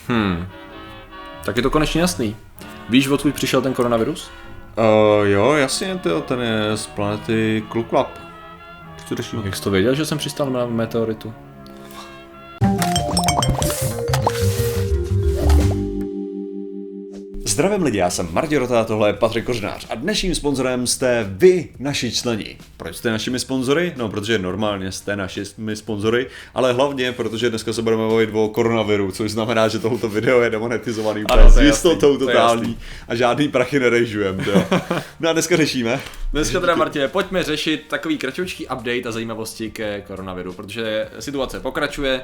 Tak je to konečně jasný. Víš, odkud přišel ten koronavirus? Jo, jasně, ten je z planety Kluklap. Jak jsi to věděl, že jsem přistál na meteoritu? Zdravím lidi, já jsem Martin Rota, tohle je Patrik Kořenář a dnešním sponzorem jste vy, naši členi. Proč jste našimi sponzory? No, protože normálně jste našimi sponzory, ale hlavně, protože dneska se budeme bavit o koronaviru, což znamená, že tohoto video je demonetizovaný úplně s jistotou totální a žádný prachy nerejžujeme. No a dneska řešíme. Dneska teda, Martine, pojďme řešit takový kratoučký update a zajímavosti ke koronaviru, protože situace pokračuje.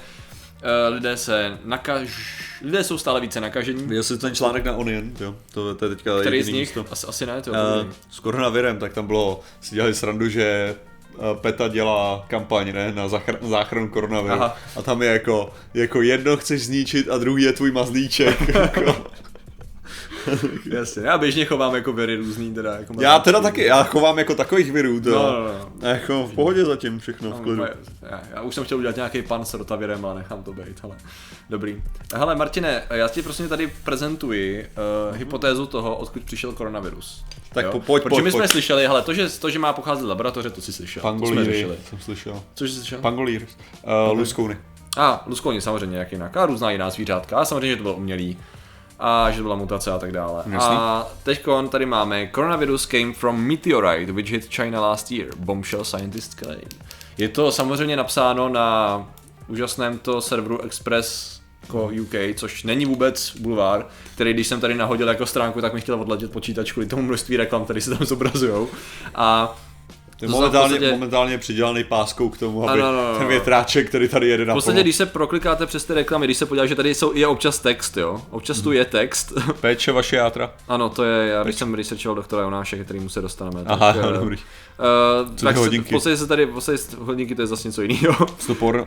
Lidé jsou stále více nakažení. Viděl jsi ten článek na Onion, jo? To je teďka který jediný z nich? místo. Asi ne, to s koronavirem, tak tam bylo, si dělali srandu, že PETA dělá kampaň, ne, na záchranu koronaviru. Aha. A tam je jako jedno chceš zničit a druhý je tvůj mazlíček. Jasně, já běžně chovám jako viry různý teda. Jako já teda taky, já chovám jako takových virů, to. No. Jako v pohodě zatím všechno, v klidu. Já už jsem chtěl udělat nějaký pan s rotavirem, ale nechám to být, hele. Dobrý. Hele Martine, já ti prostě tady prezentuji hypotézu toho, odkud přišel koronavirus. Tak pojď. Protože my jsme slyšeli, hele, to, že má pocházet z laboratoře, to si slyšel. Pangolíry, jsem slyšel. Což jsi slyšel? Pangolír. Luskouny. Luskouny samozřejmě, jak jinak. A různá jiná zvířátka. A samozřejmě, že to bylo umělý. A že to byla mutace a tak dále. Jasný. A teďkon tady máme Coronavirus came from meteorite which hit China last year. Bombshell scientists claim. Je to samozřejmě napsáno na úžasném to serveru Express UK, což není vůbec bulvár, který když jsem tady nahodil jako stránku, tak mi chtěl odletět počítač kvůli tomu množství reklam, které se tam zobrazujou. A to je momentálně přidělaný páskou k tomu, aby ten větráček, který tady jede na v podstatě, když se proklikáte přes ty reklamy, když se podíváte, že tady je občas text, jo? Občas tu je text. Péče vaše játra. Ano, to je, já když jsem researchoval doktora Jonáše, kterýmu se dostaneme. Aha, tak, dobrý. Tak v podstatě se tady, hodinky to je zase něco jiného. Stopor,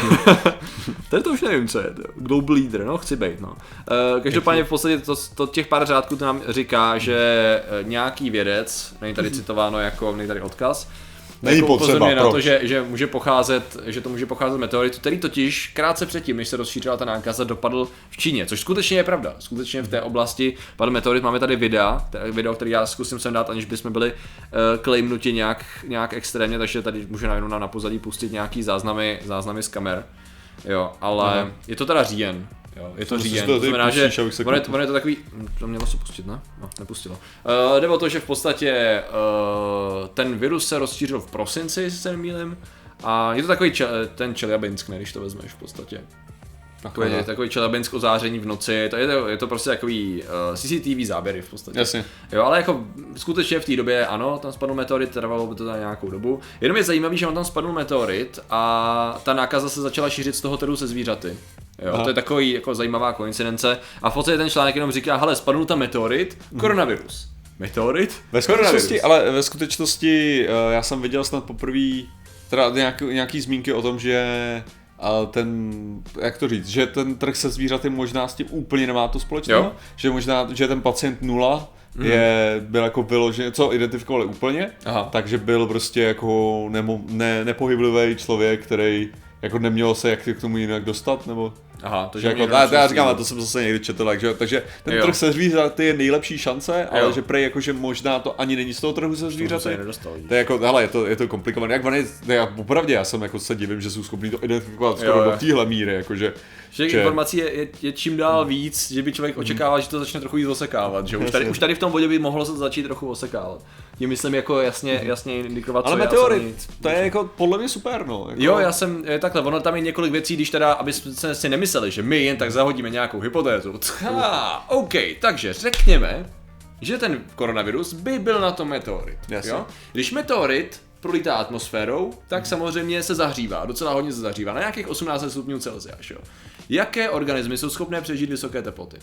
Tady to už nevím, co je, Global Leader, no, chci být, no. Každopádně v podstatě to těch pár řádků to nám říká, že nějaký vědec, není tady citováno jako, není tady odkaz, není potřeba, na to, že to může pocházet z meteoritu, který totiž krátce předtím, než se rozšířila ta nákaza, dopadl v Číně, což skutečně je pravda. Skutečně v té oblasti padl meteorit, máme tady video, který já zkusím sem dát, aniž bychom byli claimnuti nějak extrémně, takže tady může najednou na pozadí pustit nějaký záznamy z kamer. Jo, ale je to teda říjen. Jo, je to říjen, to znamená, že ono je to takový, to mělo se pustit, ne? No, nepustilo. Jde o to, že v podstatě ten virus se rozšířil v prosinci, jestli se nemýlím, a je to takový ten Čeljabinsk, ne, když to vezmeš v podstatě. Je takový Čeljabinsk o záření v noci, je to prostě takový CCTV záběry v podstatě. Jasně. Jo, ale jako skutečně v té době ano, tam spadl meteorit, trvalo by to na nějakou dobu. Jenom je zajímavý, že on tam spadl meteorit a ta nákaza se začala šířit z toho teru se zvířaty. Jo, to je takový jako zajímavá koincidence a v podstatě ten článek jenom říká, hele, spadl tam meteorit, koronavirus. Meteorit? Ve skutečnosti já jsem viděl snad poprvé teda nějaký zmínky o tom, že jak to říct, že ten trh se zvířaty možná s tím úplně nemá to společného, že možná, že ten pacient 0 byl jako vyložený, co identifikovali úplně, takže byl prostě jako nepohyblivý člověk, který jako nemělo se jak k tomu jinak dostat, nebo... Aha, to že jako, já říkám, to jsem zase někdy četl, takže ten trh se zvířaty je nejlepší šance, ale že prej jakože možná to ani není z toho trhu se zvířaty. To je jako, hele, je to komplikované, opravdu já jsem jako se divím, že jsou schopní to identifikovat skoro do téhle míry, jakože... Že informací je čím dál víc, že by člověk očekával, že to začne trochu víc osekávat, že už tady v tom bodě by mohlo se začít trochu osekávat. Tím myslím jako jasně indikovat, co ale meteorit, to je jako podle mě super, no. Jako... Jo, takhle, ono tam je několik věcí, když teda, aby jsme si nemysleli, že my jen tak zahodíme nějakou hypotézu. OK, takže řekněme, že ten koronavirus by byl na tom meteorit. Jo? Když meteorit prolítá atmosférou, tak samozřejmě se zahřívá, docela hodně se zahřívá, na nějakých 18 stupňů Celsia. Jaké organismy jsou schopné přežít vysoké teploty?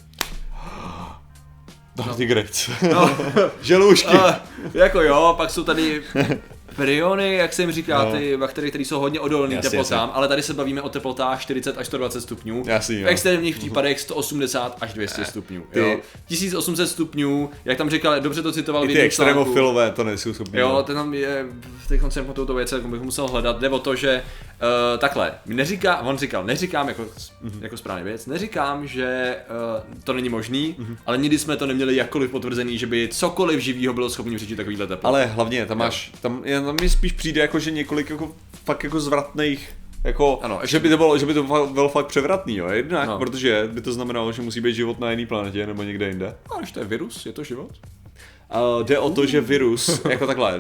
Tardigrades. Želoušky. Jako jo, pak jsou tady priony, jak se jim říká, ty bakterie, které jsou hodně odolné teplotám, ale tady se bavíme o teplotách 40 až 120 stupňů. Jasný, v extrémních případech 180 až 200 stupňů. Jo. 1800 stupňů, jak tam říkal, dobře to citoval v jednom článku. Ty extremofilové to nejsou schopní. Jo, ten tam je, teď jsem po touto věc, jako bych musel hledat, jde o to, že takhle, on říkal, neříkám jako správně věc, neříkám, že to není možný, ale nikdy jsme to neměli jakkoliv potvrzený, že by cokoliv živýho bylo schopný přečít takovýhle teplo. Ale hlavně tam máš, tam mi spíš přijde jako, že několik jako fakt jako zvratných, jako, ano, že by to bylo fakt převratný, jo, jednak, protože by to znamenalo, že musí být život na jiné planetě nebo někde jinde. A když to je virus, je to život? Jde o to, že virus, jako takhle,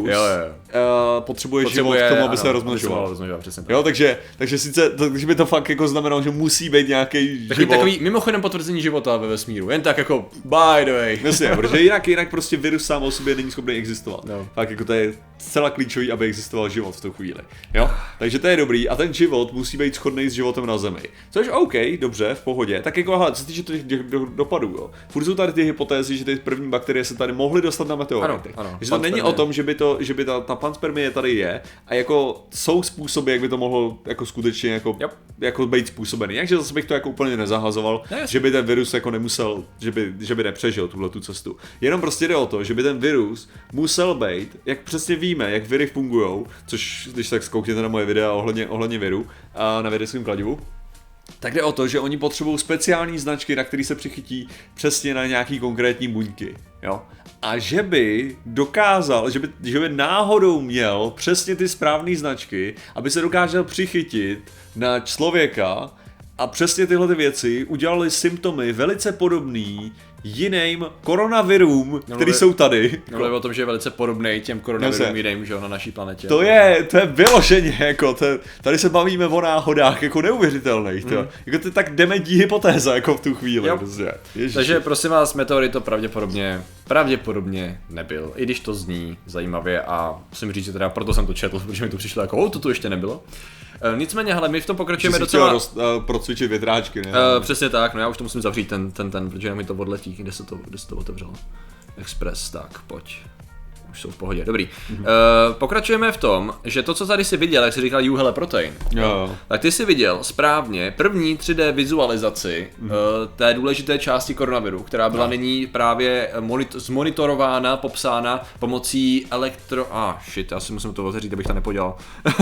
potřebuje život k tomu, aby se rozmnožoval. Jo, takže sice, takže by to fakt jako znamenalo, že musí být nějaký život. Takový mimochodem potvrzení života ve vesmíru, jen tak jako by the way. Jasně, protože jinak prostě virus sám o sobě není schopný existovat. No. Tak jako to je zcela klíčový, aby existoval život v tu chvíli. Jo? Takže to je dobrý a ten život musí být shodný s životem na Zemi. Což OK, dobře, v pohodě. Tak jako, co se týče těch dopadů, jo. Furt jsou tady ty hypotézy, že ty první bakterie se tady mohly dostat na meteority. Že to není o tom, že by ta panspermie tady je a jako jsou způsoby, jak by to mohlo jako skutečně jako být způsobený. Takže zase bych to jako úplně nezahazoval, že by ten virus jako nemusel, že by nepřežil tu cestu. Jenom prostě jde o to, že by ten virus musel být, jak přesně víme, jak viry fungujou, což když tak zkoukněte na moje videa ohledně viru a na vědeckém kladivu, tak jde o to, že oni potřebují speciální značky, na který se přichytí přesně na nějaký konkrétní buňky, jo. A že by dokázal, že by náhodou měl přesně ty správné značky, aby se dokázal přichytit na člověka a přesně tyhle ty věci udělali symptomy velice podobný jiným koronavirům, který jsou tady. Mluvím o tom, že je velice podobný těm koronavirům jiným, že jo, na naší planetě. To je vyloženě, jako tady se bavíme o náhodách, jako neuvěřitelných, jako to je tak dementní hypotéza, jako v tu chvíli. Takže prosím vás, meteorit to pravděpodobně nebyl, i když to zní zajímavě a musím říct, že teda proto jsem to četl, protože mi to přišlo jako, to tu ještě nebylo. Nicméně, hele, my v tom pokračujeme docela... procvičit větráčky, ne? Přesně tak, no já už to musím zavřít, ten, protože mi to odletí, kde se to otevřelo. Express, tak, pojď. Už jsou v pohodě, dobrý. Pokračujeme v tom, že to, co tady si viděl, jak jsi říkal hele, protein, tak ty jsi viděl správně první 3D vizualizaci té důležité části koronaviru, která byla nyní právě zmonitorována, popsána pomocí já si musím to otevřít, abych to nepodělal.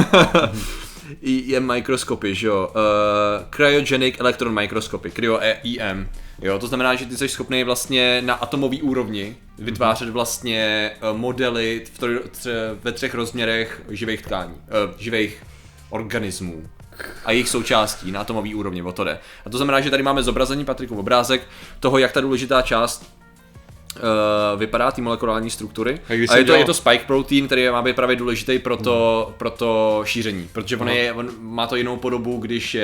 EM mikroskopy, že jo, Cryogenic Electron Microscopy, cryo-EM, jo, to znamená, že ty jsi schopný vlastně na atomové úrovni vytvářet vlastně modely ve 3 rozměrech živých tkání, živých organismů a jejich součástí na atomové úrovni, o to jde. A to znamená, že tady máme zobrazení, Patriku, obrázek toho, jak ta důležitá část vypadá ty molekulární struktury a je to spike protein, který má být právě důležitý pro to šíření, protože on má to jinou podobu,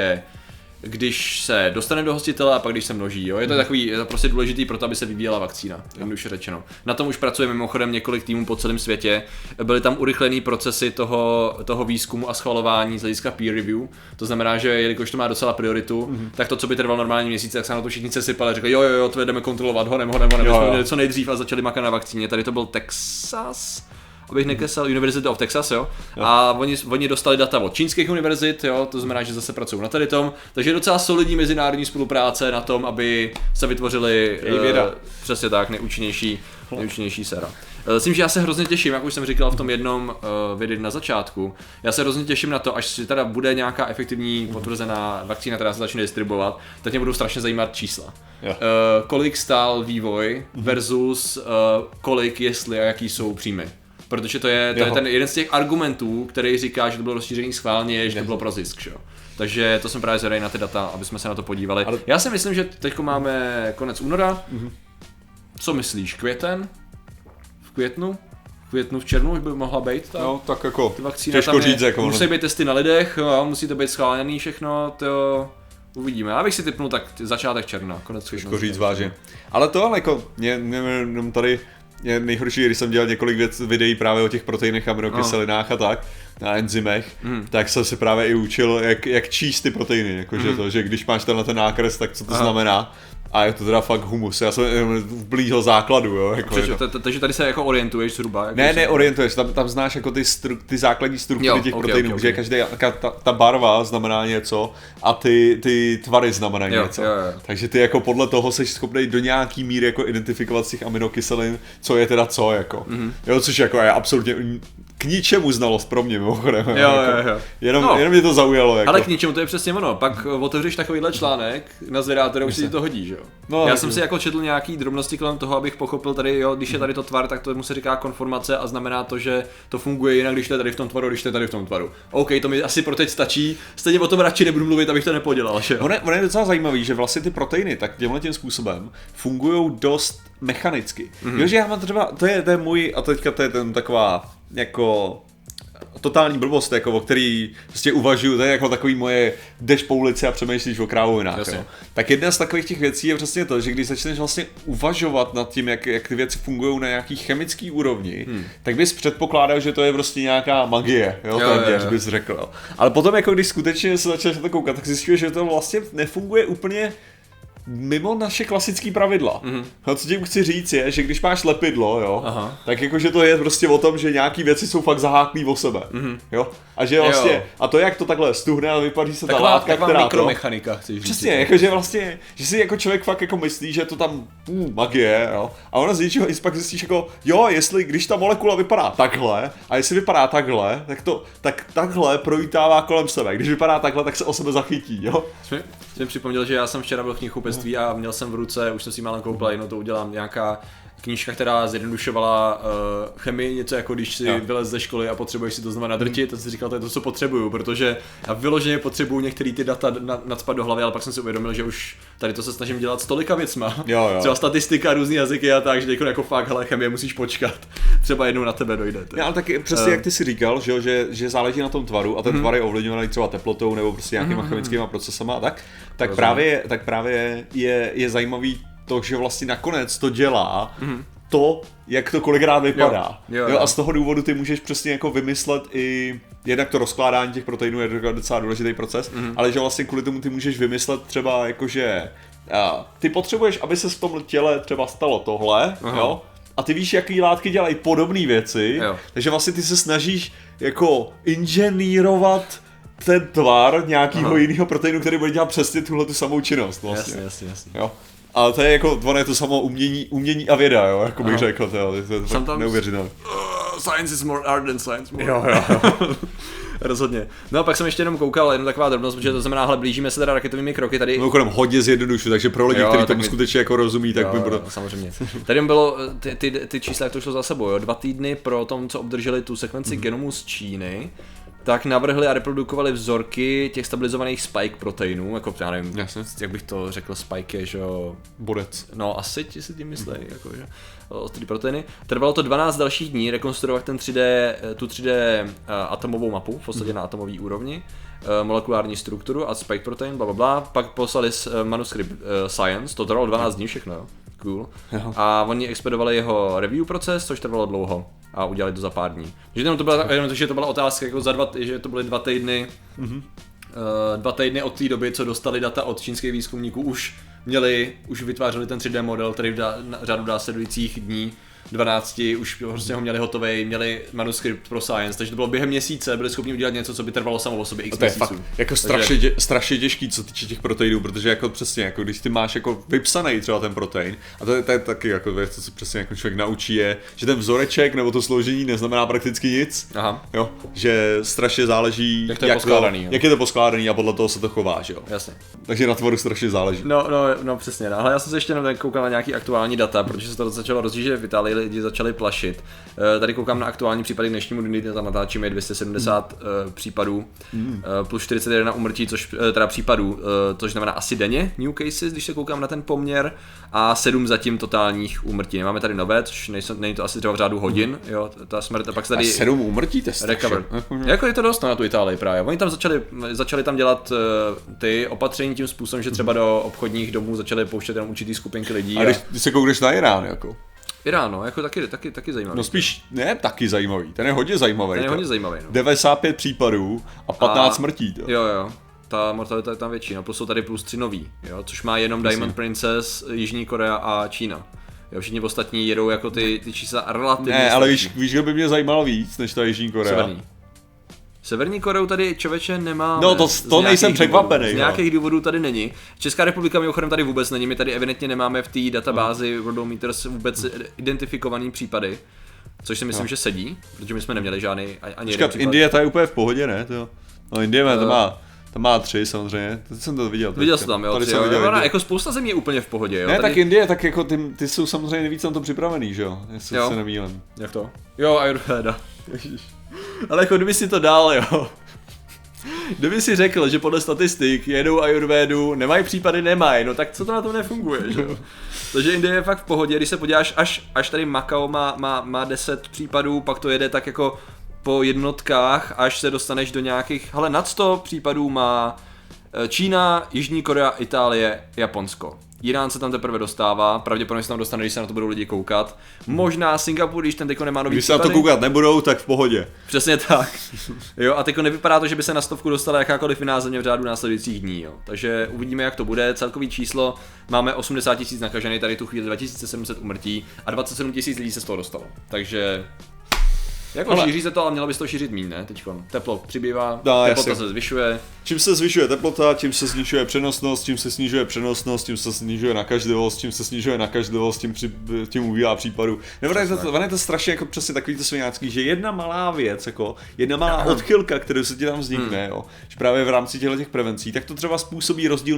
když se dostane do hostitele a pak když se množí, jo? Je to prostě důležitý pro to, aby se vyvíjela vakcína, jednoduše řečeno. Na tom už pracuje mimochodem několik týmů po celém světě. Byly tam urychlený procesy toho výzkumu a schvalování z hlediska peer review. To znamená, že jelikož to má docela prioritu, tak to, co by trvalo normálně měsíc, tak se na to všichni sesypali a řekli, jo, to jdeme kontrolovat honem, co nejdřív a začali makat na vakcíně. Tady to byl Texas, abych nekesal, University of Texas, jo. A oni dostali data od čínských univerzit, jo, to znamená, že zase pracují na tady tom, takže je docela solidní mezinárodní spolupráce na tom, aby se vytvořili přesně tak, nejúčinnější séra. Myslím, že já se hrozně těším, jak už jsem říkal v tom jednom videu na začátku, já se hrozně těším na to, až si teda bude nějaká efektivní potvrzená vakcína, která se začne distribuovat, tak mě budou strašně zajímat čísla. Kolik stál vývoj versus kolik, jestli a jaký jsou příjmy. Protože to je ten jeden z těch argumentů, který říká, že to bylo rozšíření schválně, že to bylo pro zisk, že jo. Takže to jsem právě zvědavý na ty data, aby jsme se na to podívali. Ale... Já si myslím, že teď máme konec února. Co myslíš, květen? V květnu? V červnu už by mohla být no, tak jako těžko říct, jako musí být testy na lidech, jo, musí to být schválený všechno, to uvidíme. Já bych si tipnul tak začátek června, konec května. Těžko říct vážně. Ale to jako, mě tady je nejhorší, když jsem dělal několik videí právě o těch proteinech, aminokyselinách a tak, na enzymech, tak jsem se právě i učil, jak číst ty proteiny, jakože to, že když máš tenhle ten nákres, tak co to znamená. A je to teda fakt humus, já jsem v blížil základu, jo. Jako takže tady se jako orientuješ zhruba? Jako ne, orientuješ, tam znáš jako ty základní struktury těch proteinů, že každý, ta barva znamená něco a ty tvary znamenají něco. Jo. Takže ty jako podle toho jsi schopný do nějaký míry jako identifikovat z těch aminokyselin, co je teda co, jako. Jo, což jako je absolutně k ničemu znalost pro mě, mimochodem. Jo. Jenom mě to zaujalo. Jako. Ale k ničemu, to je přesně ono. Pak otevřeš takovýhle článek na Zvědátoru, už si to hodí, že jo? No, já jsem si jako četl nějaký drobnosti kolem toho, abych pochopil tady, jo, když je tady to tvar, tak to mu se říká konformace a znamená to, že to funguje jinak, když to je tady v tom tvaru, když to je tady v tom tvaru. OK, to mi asi pro teď stačí, stejně o tom radši nebudu mluvit, abych to nepodělal, že jo? Ono je docela zajímavý, že vlastně ty proteiny tak tím způsobem fungují dost mechanicky. Jo, že já mám třeba, to je můj, a teďka to je ten taková, jako totální blbost, jako, o který prostě uvažuju, to je jako takový moje, jdeš po ulici a přemýšlíš o krávovinách. Tak jedna z takových těch věcí je přesně to, že když začneš vlastně uvažovat nad tím, jak ty věci fungují na nějaký chemický úrovni, tak bys předpokládal, že to je prostě nějaká magie, jo, bys řekl. Jo. Ale potom, jako když skutečně se začneš na to koukat, tak zjistíš, že to vlastně nefunguje úplně mimo naše klasické pravidla. No, co tím chci říct je, že když máš lepidlo, jo, tak jakože to je prostě o tom, že nějaký věci jsou fakt zaháklý o sebe. Jo? A že vlastně, a to jak to takhle stuhne a vypaří se ta látka, která mikromechanika, chceš říct. Přesně, jakože vlastně, že si jako člověk fakt jako myslí, že to tam magie, jo. A ona z ničeho pak zjistíš jako, jo, jestli když ta molekula vypadá takhle a jestli vypadá takhle, tak takhle projítává kolem sebe. Když vypadá takhle, tak se o sebe zachytí, jo. Jsem připomněl, že já jsem včera byl v knihkupectví a měl jsem v ruce, už jsem si málem koupil, to udělám, nějaká knížka, která zjednodušovala chemii, něco jako když si vylez ze školy a potřebuješ si to znovu nadrtit, tak si říkal, to je to, co potřebuju, protože já vyloženě potřebuju některé ty data nacpat do hlavy, ale pak jsem si uvědomil, že už tady to se snažím dělat s tolika věcma, třeba statistika, různý jazyky a tak, že jako fakt, hele, chemie musíš počkat, třeba jednou na tebe dojde. Ja, ale tak přesně jak ty si říkal, že záleží na tom tvaru a ten tvar je ovlivňovaný třeba teplotou nebo prostě nějakýma chemickými procesama a tak právě je zajímavý to, že vlastně nakonec to dělá to, jak to kolikrát vypadá. Jo, a z toho důvodu ty můžeš přesně jako vymyslet i jednak to rozkládání těch proteinů je docela důležitý proces, ale že vlastně kvůli tomu ty můžeš vymyslet třeba jakože ty potřebuješ, aby se v tom těle třeba stalo tohle, jo? A ty víš, jaký látky dělají podobné věci, takže vlastně ty se snažíš jako inženýrovat ten tvar nějakého jiného proteinu, který bude dělat přesně tuhle tu samou činnost vlastně. Jasně. Jo? Ale to je jako, ono je to samo umění a věda, jo, jako bych řekl, to je fakt neuvěřitelné. Science is more art than science more. Jo. Rozhodně. No a pak jsem ještě jenom koukal, jenom taková drobnost, protože to znamená, hele, blížíme se teda raketovými kroky tady. Mimochodem hodně zjednodušu, takže pro lidi, kteří tomu skutečně jako rozumí, tak by bylo. Samozřejmě. Tady bylo ty čísla, jak to šlo za sebou, jo, 2 týdny pro tom, co obdrželi tu sekvenci genomu z Číny. Tak navrhli a reprodukovali vzorky těch stabilizovaných spike proteinů, jako já nevím, jak bych to řekl, spike je, že jo... Bodec. No asi si tím myslí, jakože, ty proteiny. Trvalo to 12 dalších dní rekonstruovat tu 3D atomovou mapu, v podstatě na atomové úrovni, molekulární strukturu a spike protein, blablabla, pak poslali manuskript Science, to trvalo 12 dní všechno, jo. Cool. Jo. A oni expedovali jeho review proces, což trvalo dlouho a udělali to za pár dní. Že to byla otázka, jako že to byly 2 týdny, 2 týdny od té doby, co dostali data od čínských výzkumníků, už vytvářeli ten 3D model, který v řádu následujících dní 12 už prostě ho měli hotovej, měli manuskript pro Science, takže to bylo během měsíce, byli schopni udělat něco, co by trvalo samo o sobě x to je měsíců. Fakt, jako strašně těžký, co týče těch proteinů, protože jako přesně, jako když ty máš jako vypsaný třeba ten protein, a to je taky jako věc, co se přesně jako člověk naučí je, že ten vzoreček nebo to složení neznamená prakticky nic, jo, že strašně záleží, jak je to poskládaný a podle toho se to chová, že jo. Jasně. Takže na tvoru strašně záleží. No přesně, ale já jsem se ještě koukal na nějaký aktuální data, protože se to začalo rozjíždět v Itálii, lidi začali plašit. Tady koukám na aktuální případy k dnešnímu dny, tam natáčíme 270 případů, plus 41 úmrtí, případů, což znamená asi denně new cases, když se koukám na ten poměr, a 7 zatím totálních úmrtí. Nemáme tady nové, což není to asi třeba v řádu hodin, jo, ta smrt, a pak se tady... A 7 úmrtí, to je recover. Jako je to dost na tu Itálii právě. Oni tam začali tam dělat ty opatření tím způsobem, že třeba do obchodních domů začali pouštět jenom určitý skupinky lidí. A když se koukneš na Irán, jako... Irán, no, jako taky zajímavý. No spíš, ne taky zajímavý, ten je hodně zajímavý. No. 95 případů a 15 smrtí. To. Jo. ta mortalita je tam větší, no plus jsou tady plus 3 nový, jo, což má jenom Diamond Princess, Jižní Korea a Čína. Jo, všichni ostatní jedou jako ty čísla relativně. Ne, ale víš, kdo by mě zajímalo víc, než ta Jižní Korea? Severní Koreu tady člověče nemá. No to nejsem překvapený. Z nějakých důvodů tady není. Česká republika mimochodem tady vůbec není, my tady evidentně nemáme v té databázi Worldometers vůbec identifikovaný případy. Což si myslím, že sedí, protože my jsme neměli žádný ani jeden případ. Indie ta je úplně v pohodě, ne? No Indie to má 3 samozřejmě, teď jsem to viděl. Viděl jsi tam, jo, 3, jo. Jako spousta zemí je úplně v pohodě, jo. Ne, tady... tak Indie, tak jako ty jsou samozřejmě nejvíc na to připravený, že jo, jestli se nemýlím. Jak to? Jo, Ayurveda. Ale jako kdyby si to dal, jo. Kdyby si řekl, že podle statistik jedou Ayurvedu, nemají případy, nemají, no tak co to na tom nefunguje, že jo? Takže Indie je fakt v pohodě, když se podíváš, až tady Macao má 10 případů, pak to jede tak jako po jednotkách, až se dostaneš do nějakých, hele nad 100 případů má Čína, Jižní Korea, Itálie, Japonsko. Irán se tam teprve dostává, pravděpodobně se tam dostane, když se na to budou lidi koukat. Možná Singapur, když ten teďko nemá nový Když se na to koukat nebudou, tak v pohodě. Přesně tak. Jo, a teďko nevypadá to, že by se na 100 dostala jakákoliv jiná země v řádu následujících dní. Jo. Takže uvidíme, jak to bude. Celkový číslo máme 80 000 nakažených, tady tu chvíli 2700 umrtí a 27 000 lidí se z toho dostalo. Takže jako šíří se to, ale mělo by se to šířit míň, ne? Teďko teplo přibývá, teplota se zvyšuje. Čím se zvyšuje teplota, tím se znižuje přenosnost, tím se snižuje přenosnost, tím se snižuje nakažlivost, tím se snižuje nakažlivost, tím ubývá případů. Nebo je to strašně jako přesně takový to sviňácký, že jedna malá věc, jako jedna malá odchylka, kterou se ti tam vznikne, jo, že právě v rámci těch prevencí, tak to třeba způsobí rozdíl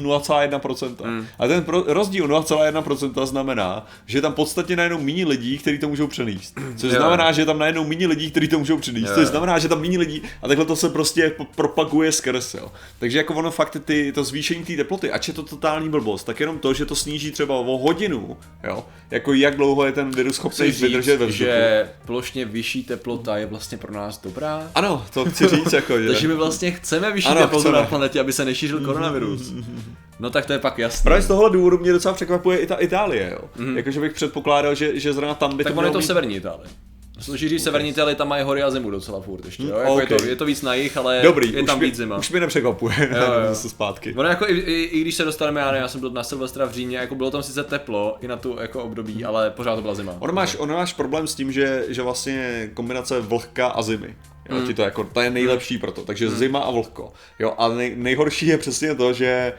0,1%. A ten rozdíl 0,1% znamená, že je tam podstatně najednou méně lidí, kteří to můžou přenést. Což znamená, že je tam najednou méně lidí, kteří to můžou přenést. Což znamená, že tam méně lidí a takhle to se prostě propaguje skrz, jo. Takže jako ono fakt to zvýšení té teploty, ač je to totální blbost, tak jenom to, že to sníží třeba o hodinu, jo, jako jak dlouho je ten virus schopný vydržet ve vzduchu. Že plošně vyšší teplota je vlastně pro nás dobrá. Ano, to chci říct jako, že. Takže my vlastně chceme vyšší teplotu na planetě, aby se nešířil koronavirus. No tak to je pak jasné. Právě z tohohle důvodu mě docela překvapuje i ta Itálie, jo. Jakože bych předpokládal, že zrovna tam by tak to ono je mělo to v severní Itálii. Šíří severní Itálie, tam mají hory a zimu docela furt ještě, jo? Jako okay. je to víc na jich, ale dobrý, je tam víc zima. Už mi nepřekvapuje, zase zpátky. Ono jako i když se dostaneme, já jsem byl na Silvestra v Římě, jako bylo tam sice teplo i na tu jako období, ale pořád to byla zima. Ono máš problém s tím, že vlastně kombinace vlhka a zimy. Jo, ti to jako, ta je nejlepší pro to, takže zima a vlhko. Jo, a nejhorší je přesně to, že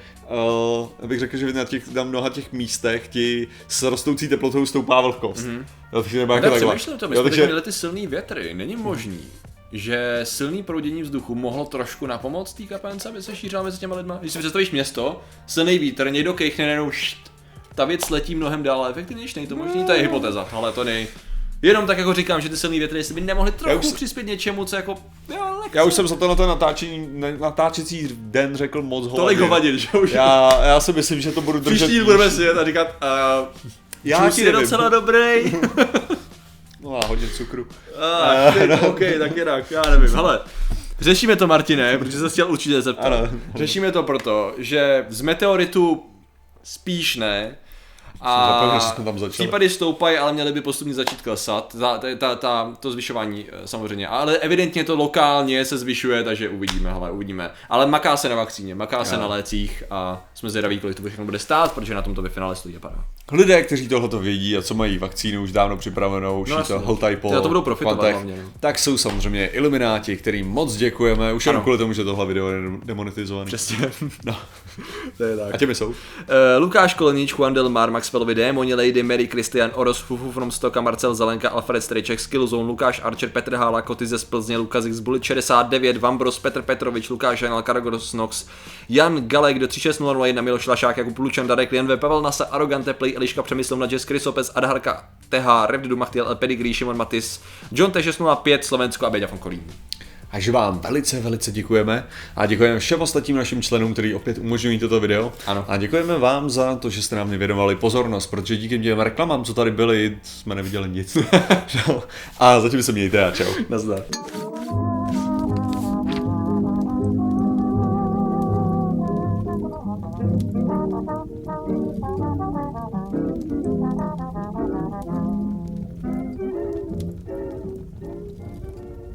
bych řekl, že na mnoha těch místech ti s rostoucí teplotou stoupá vlhkost. Jo, takže nebo jako takhle. My jsme měli ty silný větry, není možný, že silný proudění vzduchu mohlo trošku napomoct té kapence, aby se šířila mezi těma lidma. Když si představíš město, silný vítr, někdo kejchne, najednou ta věc letí mnohem dál, efektivnější, není to možný, to je hypotéza, ale to nej. Jenom tak jako říkám, že ty silný větry, jestli by nemohli trochu přispět něčemu, co jako... Já už jsem za to na ten natáčecí den řekl moc hovadin. Tolik hovadin, že už? Já si myslím, že to budu držet. Příští budeme si jet a říkat, já ti je docela dobrý. No a hodně cukru. OK, tak jinak, já nevím, hele. Řešíme to, Martine, protože se chtěl určitě zeptat. Ano. Řešíme to proto, že z meteoritu spíš ne, a případy stoupají, ale měly by postupně začít klesat, to zvyšování samozřejmě, ale evidentně to lokálně se zvyšuje, takže uvidíme. Ale maká se na vakcíně, maká se na lécích a jsme zvědaví, kolik to všechno bude stát, protože na tomto ve finále stojí a padá. Lidé, kteří tohleto vědí a co mají vakcínu už dávno připravenou, už to hltají po to budou profitovat hlavně. Tak jsou samozřejmě ilumináti, kterým moc děkujeme, už jenom kvůli tomu, že tohle video je demonetizované. Přesně. No. To je tak. A těmi jsou? Lukáš Kolenič, Juan Del Mar, Maxwellovi Démoni, Lady Mary, Christian Oros, Fufu from Stoka, Marcel Zelenka, Alfred Strejček, Skillzone, Lukáš Archer, Petr Hála, Koty ze Plzně, Lukas X Bullet 69, Vambros, Petr Petrovič, Lukáš Janel, Karagos Nox, Jan Galek do 3601, Miloš Lašák, Jakub Lučan, Darek Lienve, Pavel Nasa, Arrogante Play, Eliška Přemyslom, Nadžes, Krysopec, Adharka, TH, Revd Dumachtiel, Pedigree, Šimon Matis, John T605, Slovensko a Béďa von Kolín. Takže vám velice děkujeme a děkujeme všem ostatním našim členům, kteří opět umožňují toto video. Ano. A děkujeme vám za to, že jste nám věnovali pozornost, protože díky těm reklamám, co tady byly, jsme neviděli nic. A zatím se mějte a čau. Nazdar.